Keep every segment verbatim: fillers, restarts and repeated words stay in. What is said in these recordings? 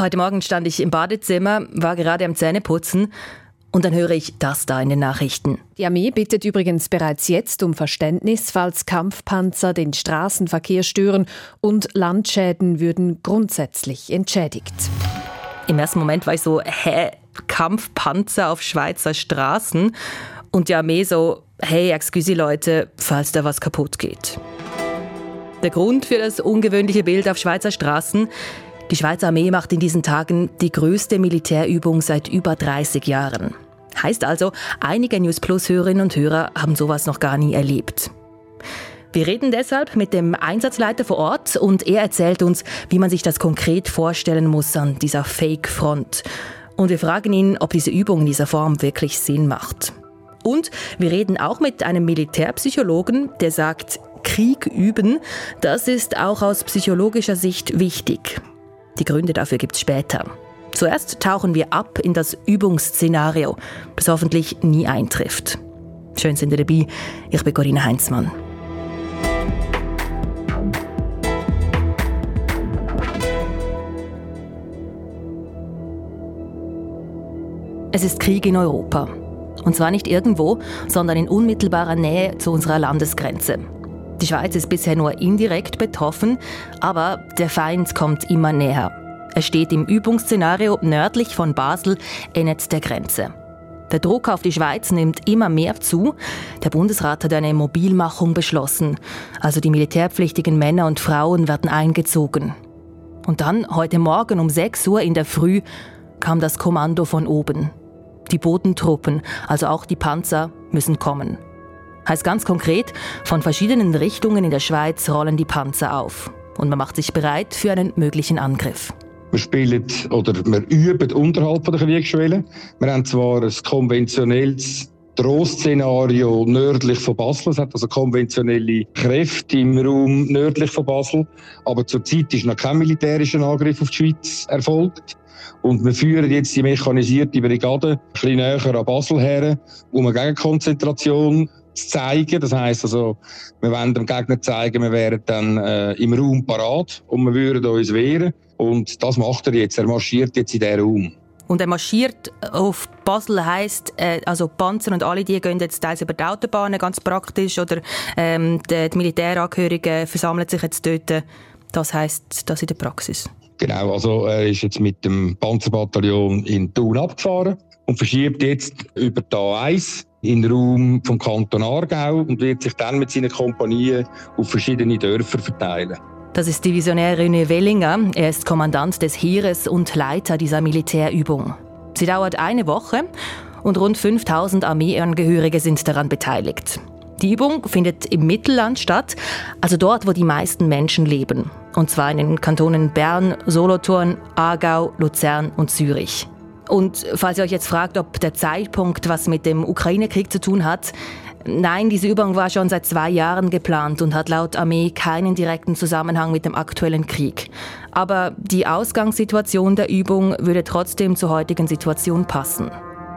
Heute Morgen stand ich im Badezimmer, war gerade am Zähneputzen und dann höre ich das da in den Nachrichten. Die Armee bittet übrigens bereits jetzt um Verständnis, falls Kampfpanzer den Straßenverkehr stören und Landschäden würden grundsätzlich entschädigt. Im ersten Moment war ich so, hä, Kampfpanzer auf Schweizer Straßen? Und die Armee so, hey, excuse Leute, falls da was kaputt geht. Der Grund für das ungewöhnliche Bild auf Schweizer Straßen: Die Schweizer Armee macht in diesen Tagen die größte Militärübung seit über dreißig Jahren. Heißt also, einige News Plus Hörerinnen und Hörer haben sowas noch gar nie erlebt. Wir reden deshalb mit dem Einsatzleiter vor Ort und er erzählt uns, wie man sich das konkret vorstellen muss an dieser Fake-Front. Und wir fragen ihn, ob diese Übung in dieser Form wirklich Sinn macht. Und wir reden auch mit einem Militärpsychologen, der sagt, Krieg üben, das ist auch aus psychologischer Sicht wichtig. Die Gründe dafür gibt's später. Zuerst tauchen wir ab in das Übungsszenario, das hoffentlich nie eintrifft. Schön sind ihr dabei. Ich bin Corinna Heinzmann. Es ist Krieg in Europa. Und zwar nicht irgendwo, sondern in unmittelbarer Nähe zu unserer Landesgrenze. Die Schweiz ist bisher nur indirekt betroffen, aber der Feind kommt immer näher. Er steht im Übungsszenario nördlich von Basel, innerhalb der Grenze. Der Druck auf die Schweiz nimmt immer mehr zu. Der Bundesrat hat eine Mobilmachung beschlossen. Also die militärpflichtigen Männer und Frauen werden eingezogen. Und dann, heute Morgen um sechs Uhr in der Früh, kam das Kommando von oben. Die Bodentruppen, also auch die Panzer, müssen kommen. Heißt ganz konkret, von verschiedenen Richtungen in der Schweiz rollen die Panzer auf. Und man macht sich bereit für einen möglichen Angriff. Wir spielen oder wir üben unterhalb der Kriegsschwelle. Wir haben zwar ein konventionelles Drohszenario nördlich von Basel. Es hat also konventionelle Kräfte im Raum nördlich von Basel. Aber zurzeit ist noch kein militärischer Angriff auf die Schweiz erfolgt. Und wir führen jetzt die mechanisierte Brigade ein bisschen näher an Basel her, um eine Gegenkonzentration zu zeigen. Das heisst also, wir wollen dem Gegner zeigen, wir wären dann äh, im Raum parat und wir würden uns wehren. Und das macht er jetzt. Er marschiert jetzt in diesen Raum. Und er marschiert auf Basel heisst, äh, also Panzer und alle die gehen jetzt teils über die Autobahnen, ganz praktisch, oder ähm, die, die Militärangehörigen versammeln sich jetzt dort. Das heisst das in der Praxis? Genau, also er ist jetzt mit dem Panzerbataillon in Thun abgefahren und verschiebt jetzt über die A eins in den Raum vom Kanton Aargau und wird sich dann mit seinen Kompanien auf verschiedene Dörfer verteilen. Das ist Divisionär René Wellinger. Er ist Kommandant des Heeres und Leiter dieser Militärübung. Sie dauert eine Woche und rund fünftausend Armeeangehörige sind daran beteiligt. Die Übung findet im Mittelland statt, also dort, wo die meisten Menschen leben. Und zwar in den Kantonen Bern, Solothurn, Aargau, Luzern und Zürich. Und falls ihr euch jetzt fragt, ob der Zeitpunkt was mit dem Ukraine-Krieg zu tun hat, nein, diese Übung war schon seit zwei Jahren geplant und hat laut Armee keinen direkten Zusammenhang mit dem aktuellen Krieg. Aber die Ausgangssituation der Übung würde trotzdem zur heutigen Situation passen.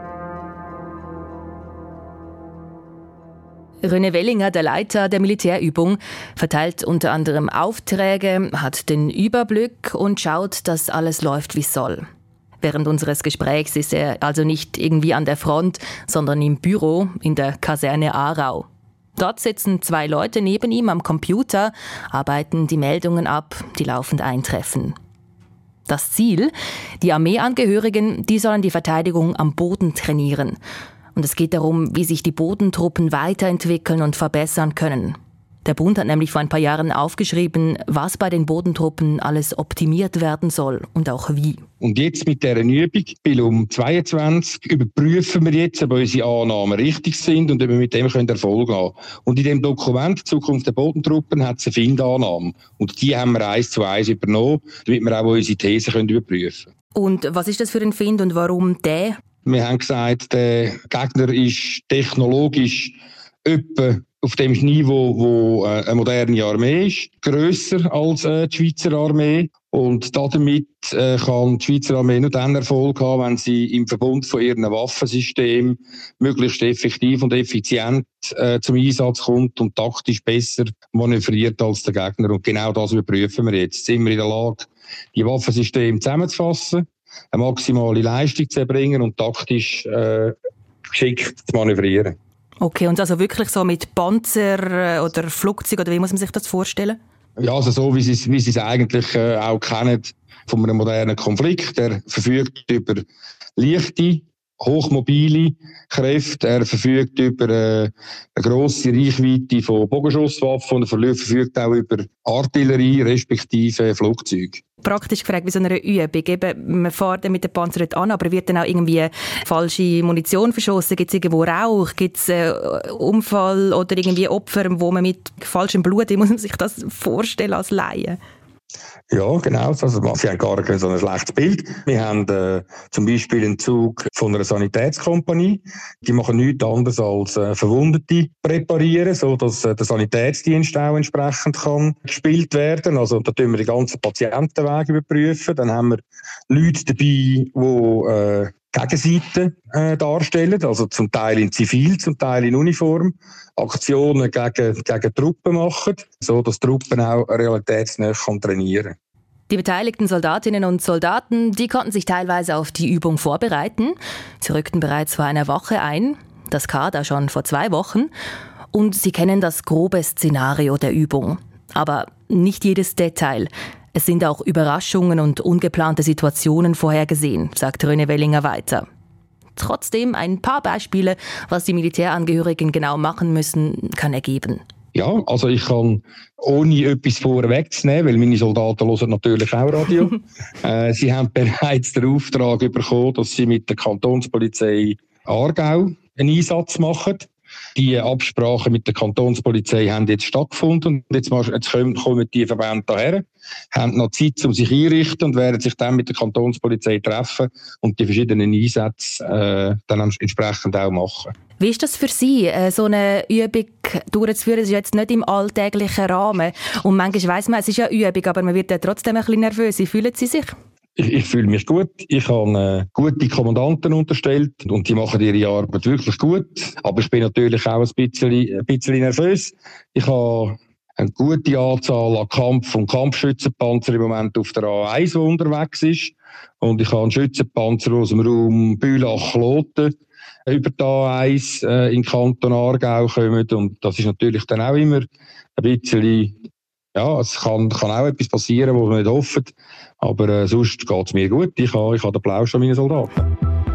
René Wellinger, der Leiter der Militärübung, verteilt unter anderem Aufträge, hat den Überblick und schaut, dass alles läuft, wie es soll. Während unseres Gesprächs ist er also nicht irgendwie an der Front, sondern im Büro in der Kaserne Aarau. Dort sitzen zwei Leute neben ihm am Computer, arbeiten die Meldungen ab, die laufend eintreffen. Das Ziel? Die Armeeangehörigen, die sollen die Verteidigung am Boden trainieren. Und es geht darum, wie sich die Bodentruppen weiterentwickeln und verbessern können. Der Bund hat nämlich vor ein paar Jahren aufgeschrieben, was bei den Bodentruppen alles optimiert werden soll und auch wie. Und jetzt mit dieser Übung, bis um zweiundzwanzig, überprüfen wir jetzt, ob unsere Annahmen richtig sind und ob wir mit dem Erfolg haben können. Und in dem Dokument «Zukunft der Bodentruppen» hat es eine Findannahme. Und die haben wir eins zu eins übernommen, damit wir auch unsere These überprüfen können. Und was ist das für ein Find und warum der? Wir haben gesagt, der Gegner ist technologisch etwa auf dem Niveau, wo eine moderne Armee ist, grösser als die Schweizer Armee. Und damit kann die Schweizer Armee nur dann Erfolg haben, wenn sie im Verbund von ihren Waffensystemen möglichst effektiv und effizient äh, zum Einsatz kommt und taktisch besser manövriert als der Gegner. Und genau das überprüfen wir jetzt. Sind wir in der Lage, die Waffensysteme zusammenzufassen, eine maximale Leistung zu erbringen und taktisch äh, geschickt zu manövrieren. Okay, und also wirklich so mit Panzer oder Flugzeug, oder wie muss man sich das vorstellen? Ja, also so wie sie es, wie sie es eigentlich äh, auch kennen von einem modernen Konflikt. Er verfügt über leichte, hochmobile Kräfte. Er verfügt über äh, eine grosse Reichweite von Bogenschusswaffen und er verfügt auch über Artillerie respektive Flugzeuge. Praktisch gefragt, wie so eine Übung. Eben, man fährt mit dem Panzer nicht an, aber wird dann auch irgendwie falsche Munition verschossen? Gibt es irgendwo Rauch? Gibt es äh, Unfall oder irgendwie Opfer, wo man mit falschem Blut, wie muss man sich das vorstellen als Laie? Ja, genau. Also, sie haben gar kein so ein schlechtes Bild. Wir haben äh, zum Beispiel einen Zug von einer Sanitätskompanie. Die machen nichts anderes als äh, Verwundete präparieren, sodass äh, der Sanitätsdienst auch entsprechend kann gespielt werden. Also da tun wir die ganzen Patientenwege überprüfen. Dann haben wir Leute dabei, die äh, Gegenseite äh, darstellen, also zum Teil in Zivil, zum Teil in Uniform, Aktionen gegen, gegen Truppen machen, so dass Truppen auch realitätsnah trainieren können. Die beteiligten Soldatinnen und Soldaten, die konnten sich teilweise auf die Übung vorbereiten. Sie rückten bereits vor einer Woche ein, das Kader schon vor zwei Wochen. Und sie kennen das grobe Szenario der Übung. Aber nicht jedes Detail. Es sind auch Überraschungen und ungeplante Situationen vorhergesehen, sagt René Wellinger weiter. Trotzdem ein paar Beispiele, was die Militärangehörigen genau machen müssen, kann er geben. Ja, also ich kann, ohne etwas vorwegzunehmen, weil meine Soldaten hören natürlich auch Radio. äh, sie haben bereits den Auftrag bekommen, dass sie mit der Kantonspolizei Aargau einen Einsatz machen. Die Absprachen mit der Kantonspolizei haben jetzt stattgefunden und jetzt, jetzt kommen, kommen die Verbände daher, haben noch Zeit, um sich einzurichten und werden sich dann mit der Kantonspolizei treffen und die verschiedenen Einsätze äh, dann entsprechend auch machen. Wie ist das für Sie, so eine Übung durchzuführen? Es ist jetzt nicht im alltäglichen Rahmen und manchmal weiss man, es ist ja Übung, aber man wird ja trotzdem ein bisschen nervös. Wie fühlen Sie sich? Ich, ich fühle mich gut. Ich habe äh, gute Kommandanten unterstellt und die machen ihre Arbeit wirklich gut. Aber ich bin natürlich auch ein bisschen, ein bisschen nervös. Ich habe eine gute Anzahl an Kampf- und Kampfschützenpanzer im Moment auf der A eins, die unterwegs ist. Und ich habe einen Schützenpanzer aus dem Raum Bülach-Kloten über die A eins äh, in Kanton Aargau kommen. Und das ist natürlich dann auch immer ein bisschen, ja, es kann, kann auch etwas passieren, was wir nicht hoffen. Aber äh, sonst geht es mir gut. Ich habe, ich habe den Plausch an meine Soldaten.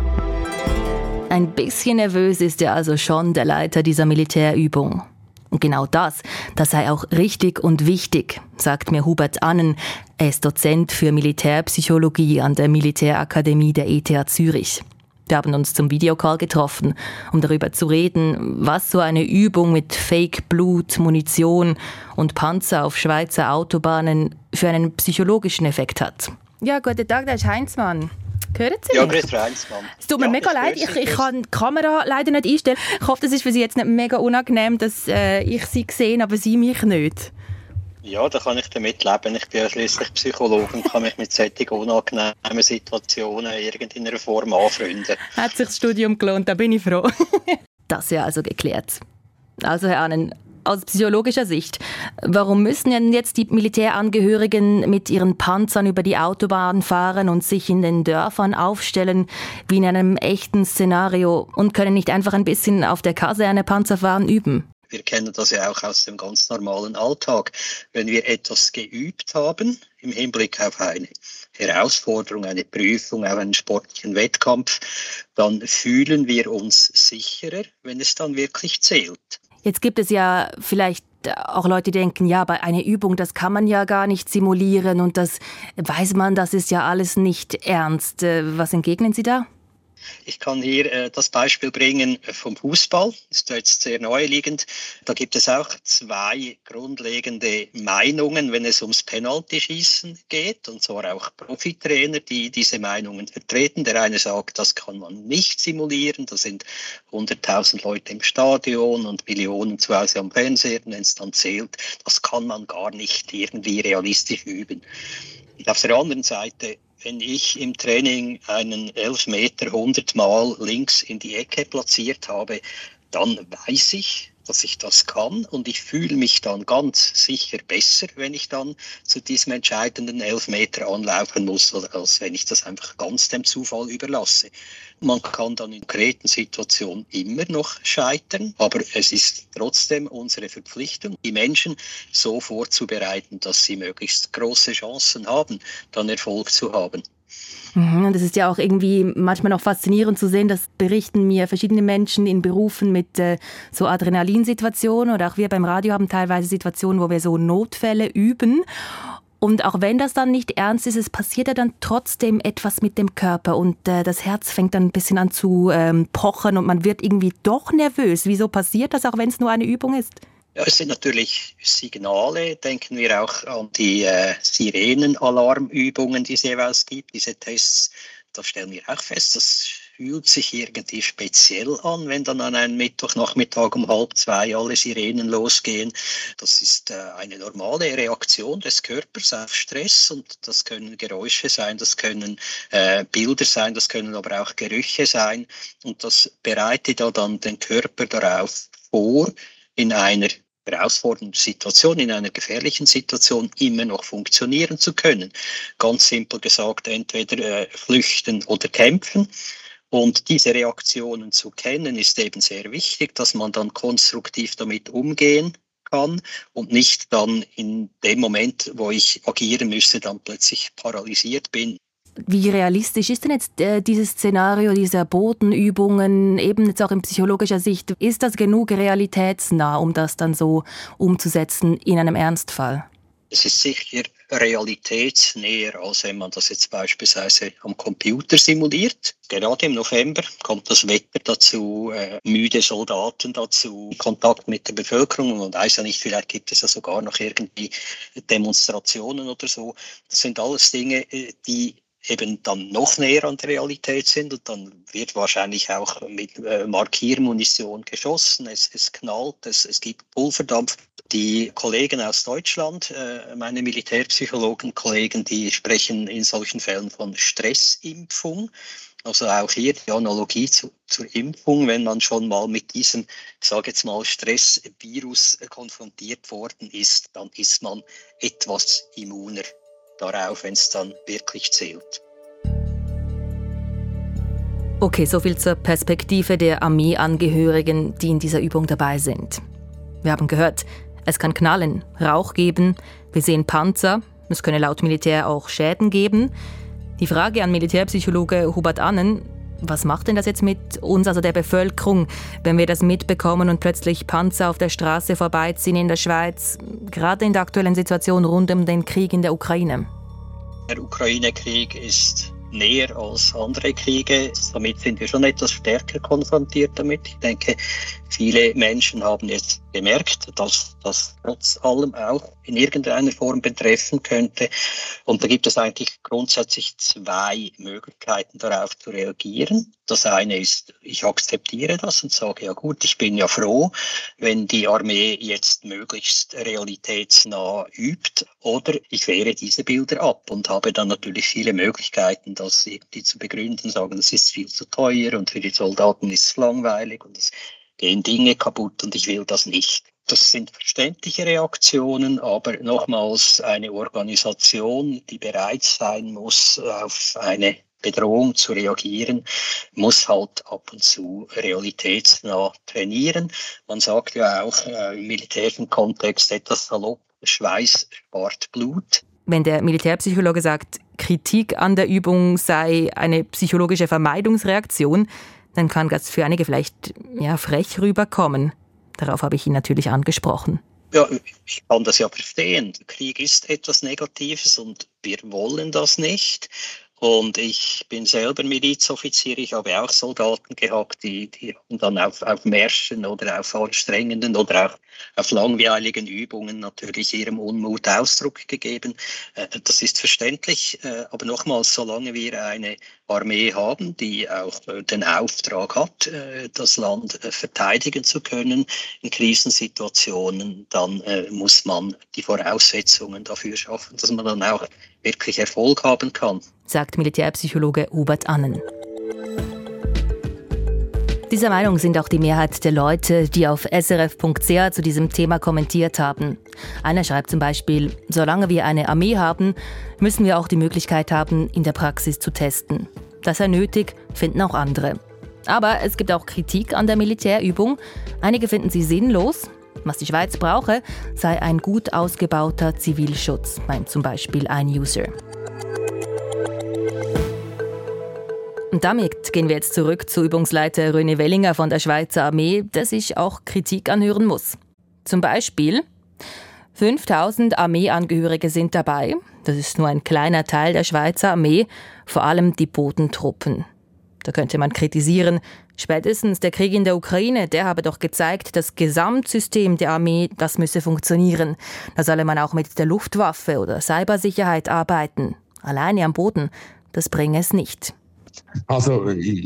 Ein bisschen nervös ist er also schon, der Leiter dieser Militärübung. Und genau das, das sei auch richtig und wichtig, sagt mir Hubert Annen. Er ist Dozent für Militärpsychologie an der Militärakademie der E T H Zürich. Wir haben uns zum Videocall getroffen, um darüber zu reden, was so eine Übung mit Fake-Blut, Munition und Panzer auf Schweizer Autobahnen für einen psychologischen Effekt hat. Ja, guten Tag, da ist Heinzmann. Hören Sie ja, mich? grüß Heinzmann. Es tut mir ja, mega leid, ich, ich kann die Kamera leider nicht einstellen. Ich hoffe, das ist für Sie jetzt nicht mega unangenehm, dass äh, ich Sie sehe, aber Sie mich nicht. Ja, da kann ich damit leben. Ich bin ja schliesslich Psychologe und kann mich mit solchen unangenehmen Situationen in irgendeiner Form anfreunden. Hat sich das Studium gelohnt, da bin ich froh. Das ist ja also geklärt. Also Herr Annen, aus psychologischer Sicht, warum müssen denn jetzt die Militärangehörigen mit ihren Panzern über die Autobahn fahren und sich in den Dörfern aufstellen, wie in einem echten Szenario, und können nicht einfach ein bisschen auf der Kaserne Panzerfahren üben? Wir kennen das ja auch aus dem ganz normalen Alltag. Wenn wir etwas geübt haben im Hinblick auf eine Herausforderung, eine Prüfung, auf einen sportlichen Wettkampf, dann fühlen wir uns sicherer, wenn es dann wirklich zählt. Jetzt gibt es ja vielleicht auch Leute, die denken, ja, bei einer Übung, das kann man ja gar nicht simulieren und das weiß man, das ist ja alles nicht ernst. Was entgegnen Sie da? Ich kann hier äh, das Beispiel bringen vom Fußball. Das ist jetzt sehr naheliegend. Da gibt es auch zwei grundlegende Meinungen, wenn es ums Penaltyschießen geht, und zwar auch Profitrainer, die diese Meinungen vertreten. Der eine sagt, das kann man nicht simulieren. Da sind hunderttausend Leute im Stadion und Millionen zu Hause am Fernseher. Wenn es dann zählt, das kann man gar nicht irgendwie realistisch üben. Und auf der anderen Seite, wenn ich im Training einen Elfmeter hundert Mal links in die Ecke platziert habe, dann weiß ich, dass ich das kann und ich fühle mich dann ganz sicher besser, wenn ich dann zu diesem entscheidenden Elfmeter anlaufen muss, als wenn ich das einfach ganz dem Zufall überlasse. Man kann dann in konkreten Situationen immer noch scheitern, aber es ist trotzdem unsere Verpflichtung, die Menschen so vorzubereiten, dass sie möglichst große Chancen haben, dann Erfolg zu haben. Das ist ja auch irgendwie manchmal noch faszinierend zu sehen, das berichten mir verschiedene Menschen in Berufen mit äh, so Adrenalinsituationen oder auch wir beim Radio haben teilweise Situationen, wo wir so Notfälle üben. Und auch wenn das dann nicht ernst ist, es passiert ja dann trotzdem etwas mit dem Körper und äh, das Herz fängt dann ein bisschen an zu ähm, pochen und man wird irgendwie doch nervös. Wieso passiert das, auch wenn es nur eine Übung ist? Ja, es sind natürlich Signale, denken wir auch an die äh, Sirenenalarmübungen, die es jeweils gibt, diese Tests. Da stellen wir auch fest, das fühlt sich irgendwie speziell an, wenn dann an einem Mittwochnachmittag um halb zwei alle Sirenen losgehen. Das ist äh, eine normale Reaktion des Körpers auf Stress und das können Geräusche sein, das können äh, Bilder sein, das können aber auch Gerüche sein und das bereitet ja dann den Körper darauf vor, in einer herausfordernden Situation, in einer gefährlichen Situation immer noch funktionieren zu können. Ganz simpel gesagt, entweder äh, flüchten oder kämpfen. Und diese Reaktionen zu kennen, ist eben sehr wichtig, dass man dann konstruktiv damit umgehen kann und nicht dann in dem Moment, wo ich agieren müsste, dann plötzlich paralysiert bin. Wie realistisch ist denn jetzt äh, dieses Szenario dieser Bodenübungen, eben jetzt auch in psychologischer Sicht? Ist das genug realitätsnah, um das dann so umzusetzen in einem Ernstfall? Es ist sicher realitätsnäher, als wenn man das jetzt beispielsweise am Computer simuliert. Gerade im November kommt das Wetter dazu, äh, müde Soldaten dazu, Kontakt mit der Bevölkerung. Man weiß ja nicht, vielleicht gibt es ja sogar noch irgendwie Demonstrationen oder so. Das sind alles Dinge, die eben dann noch näher an der Realität sind und dann wird wahrscheinlich auch mit äh, Markiermunition geschossen, es, es knallt, es, es gibt Pulverdampf. Die Kollegen aus Deutschland, äh, meine Militärpsychologen-Kollegen, die sprechen in solchen Fällen von Stressimpfung. Also auch hier die Analogie zu, zur Impfung, wenn man schon mal mit diesem, ich sage jetzt mal, Stressvirus konfrontiert worden ist, dann ist man etwas immuner darauf, wenn es dann wirklich zählt. Okay, soviel zur Perspektive der Armeeangehörigen, die in dieser Übung dabei sind. Wir haben gehört, es kann knallen, Rauch geben, wir sehen Panzer, es könne laut Militär auch Schäden geben. Die Frage an Militärpsychologe Hubert Annen, was macht denn das jetzt mit uns, also der Bevölkerung, wenn wir das mitbekommen und plötzlich Panzer auf der Straße vorbeiziehen in der Schweiz, gerade in der aktuellen Situation rund um den Krieg in der Ukraine? Der Ukraine-Krieg ist näher als andere Kriege. Damit sind wir schon etwas stärker konfrontiert damit. Ich denke, viele Menschen haben jetzt gemerkt, dass das trotz allem auch in irgendeiner Form betreffen könnte. Und da gibt es eigentlich grundsätzlich zwei Möglichkeiten, darauf zu reagieren. Das eine ist, ich akzeptiere das und sage, ja gut, ich bin ja froh, wenn die Armee jetzt möglichst realitätsnah übt. Oder ich wehre diese Bilder ab und habe dann natürlich viele Möglichkeiten, das irgendwie zu begründen, sagen, das ist viel zu teuer und für die Soldaten ist es langweilig und es gehen Dinge kaputt und ich will das nicht. Das sind verständliche Reaktionen, aber nochmals eine Organisation, die bereit sein muss, auf eine Bedrohung zu reagieren, muss halt ab und zu realitätsnah trainieren. Man sagt ja auch äh, im militärischen Kontext etwas salopp, Schweiß spart Blut. Wenn der Militärpsychologe sagt, Kritik an der Übung sei eine psychologische Vermeidungsreaktion, dann kann das für einige vielleicht ja, frech rüberkommen. Darauf habe ich ihn natürlich angesprochen. Ja, ich kann das ja verstehen. Krieg ist etwas Negatives und wir wollen das nicht. Und ich bin selber Milizoffizier, ich habe auch Soldaten gehabt, die, die haben dann auf, auf Märschen oder auf anstrengenden oder auch auf langweiligen Übungen natürlich ihrem Unmut Ausdruck gegeben. Das ist verständlich, aber nochmals, solange wir eine Armee haben, die auch den Auftrag hat, das Land verteidigen zu können in Krisensituationen, dann muss man die Voraussetzungen dafür schaffen, dass man dann auch wirklich Erfolg haben kann. Sagt Militärpsychologe Hubert Annen. Dieser Meinung sind auch die Mehrheit der Leute, die auf S R F Punkt C H zu diesem Thema kommentiert haben. Einer schreibt zum Beispiel: Solange wir eine Armee haben, müssen wir auch die Möglichkeit haben, in der Praxis zu testen. Das sei nötig, finden auch andere. Aber es gibt auch Kritik an der Militärübung. Einige finden sie sinnlos. Was die Schweiz brauche, sei ein gut ausgebauter Zivilschutz, meint zum Beispiel ein User. Und damit gehen wir jetzt zurück zu Übungsleiter René Wellinger von der Schweizer Armee, der sich auch Kritik anhören muss. Zum Beispiel: fünftausend Armeeangehörige sind dabei. Das ist nur ein kleiner Teil der Schweizer Armee, vor allem die Bodentruppen. Da könnte man kritisieren, spätestens der Krieg in der Ukraine, der habe doch gezeigt, das Gesamtsystem der Armee, das müsse funktionieren. Da solle man auch mit der Luftwaffe oder Cybersicherheit arbeiten. Alleine am Boden, das bringe es nicht. Also,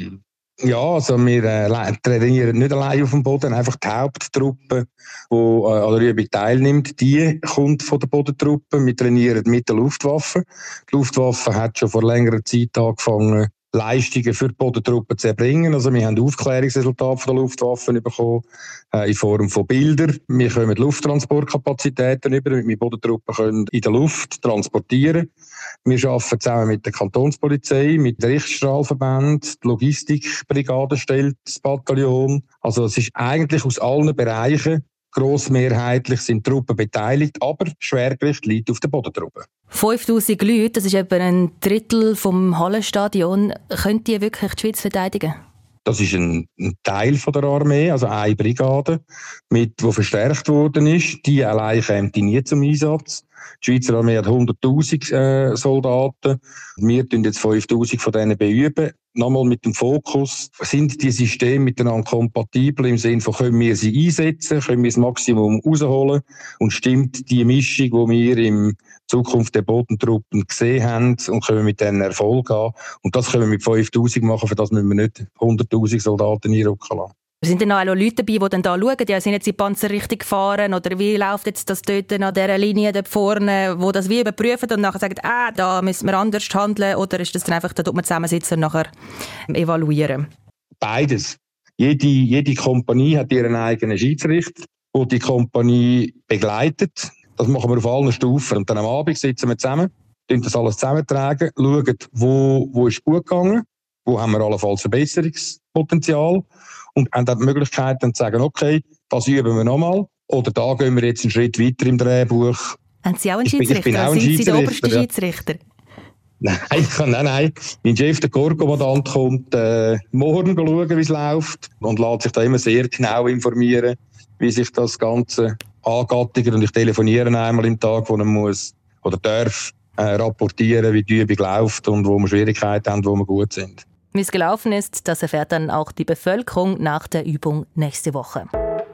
ja, also wir äh, trainieren nicht allein auf dem Boden, einfach die Haupttruppe, die äh, an der Übung teilnimmt, die kommt von der Bodentruppe. Wir trainieren mit der Luftwaffe. Die Luftwaffe hat schon vor längerer Zeit angefangen, Leistungen für die Bodentruppen zu erbringen. Also wir haben Aufklärungsresultate von der Luftwaffe bekommen, äh, in Form von Bildern. Wir können Lufttransportkapazitäten über, damit wir Bodentruppen können in der Luft transportieren. Wir arbeiten zusammen mit der Kantonspolizei, mit dem Richtstrahlverband, die Logistikbrigade stellt das Bataillon. Also es ist eigentlich aus allen Bereichen, grossmehrheitlich sind Truppen beteiligt, aber Schwergewicht liegt auf der Bodentruppe. fünftausend Leute, das ist etwa ein Drittel vom Hallenstadion. Können die wirklich die Schweiz verteidigen? Das ist ein, ein Teil von der Armee, also eine Brigade, mit, die verstärkt worden ist. Die allein kämen die nie zum Einsatz. Die Schweizer Armee hat hunderttausend äh, Soldaten. Wir tun jetzt fünftausend von denen beüben. Nochmal mit dem Fokus: Sind die Systeme miteinander kompatibel im Sinne von, können wir sie einsetzen, können wir das Maximum rausholen? Und stimmt die Mischung, die wir in Zukunft der Bodentruppen gesehen haben, und können wir mit denen Erfolg haben? Und das können wir mit fünftausend machen, für das müssen wir nicht hunderttausend Soldaten einrücken lassen. Sind denn noch alle Leute dabei, die dann da schauen, ja, sind jetzt die Panzer richtig gefahren, oder wie läuft jetzt das dort an dieser Linie dort vorne, wo das wie überprüfen und nachher sagen, ah, da müssen wir anders handeln, oder ist das dann einfach, da tut man zusammensitzen und nachher evaluieren? Beides. Jede, jede Kompanie hat ihren eigenen Schiedsrichter, der die Kompanie begleitet. Das machen wir auf allen Stufen. Und dann am Abend sitzen wir zusammen, schauen das alles zusammentragen, schauen, wo, wo ist gut gegangen, wo haben wir allenfalls Verbesserungspotenzial. Und haben dann die Möglichkeit, dann zu sagen, okay, das üben wir nochmal. Oder da gehen wir jetzt einen Schritt weiter im Drehbuch. Haben Sie auch einen Schiedsrichter? Ich bin, ich bin auch ein Sind Sie der oberste ja. Schiedsrichter? Nein, nein, nein. Mein Chef, der Korpskommandant, kommt äh, morgen schauen, wie es läuft. Und lässt sich da immer sehr genau informieren, wie sich das Ganze angattigt. Und ich telefoniere einmal im Tag, wo man muss oder darf äh, rapportieren, wie die Übung läuft und wo wir Schwierigkeiten haben, wo wir gut sind. Wie es gelaufen ist, das erfährt dann auch die Bevölkerung nach der Übung nächste Woche.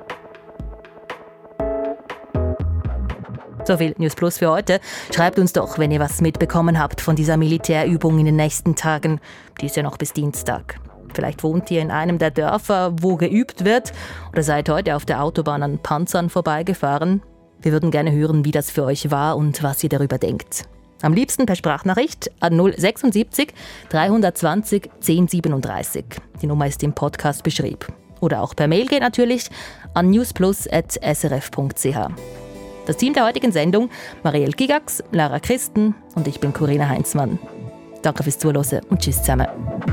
So viel News Plus für heute. Schreibt uns doch, wenn ihr was mitbekommen habt von dieser Militärübung in den nächsten Tagen. Die ist ja noch bis Dienstag. Vielleicht wohnt ihr in einem der Dörfer, wo geübt wird, oder seid heute auf der Autobahn an Panzern vorbeigefahren. Wir würden gerne hören, wie das für euch war und was ihr darüber denkt. Am liebsten per Sprachnachricht an null sechsundsiebzig dreihundertzwanzig zehn siebenunddreißig. Die Nummer ist im Podcast beschrieben. Oder auch per Mail geht natürlich an newsplus at s r f punkt c h. Das Team der heutigen Sendung: Marielle Gigax, Lara Christen und ich bin Corinna Heinzmann. Danke fürs Zuhören und tschüss zusammen.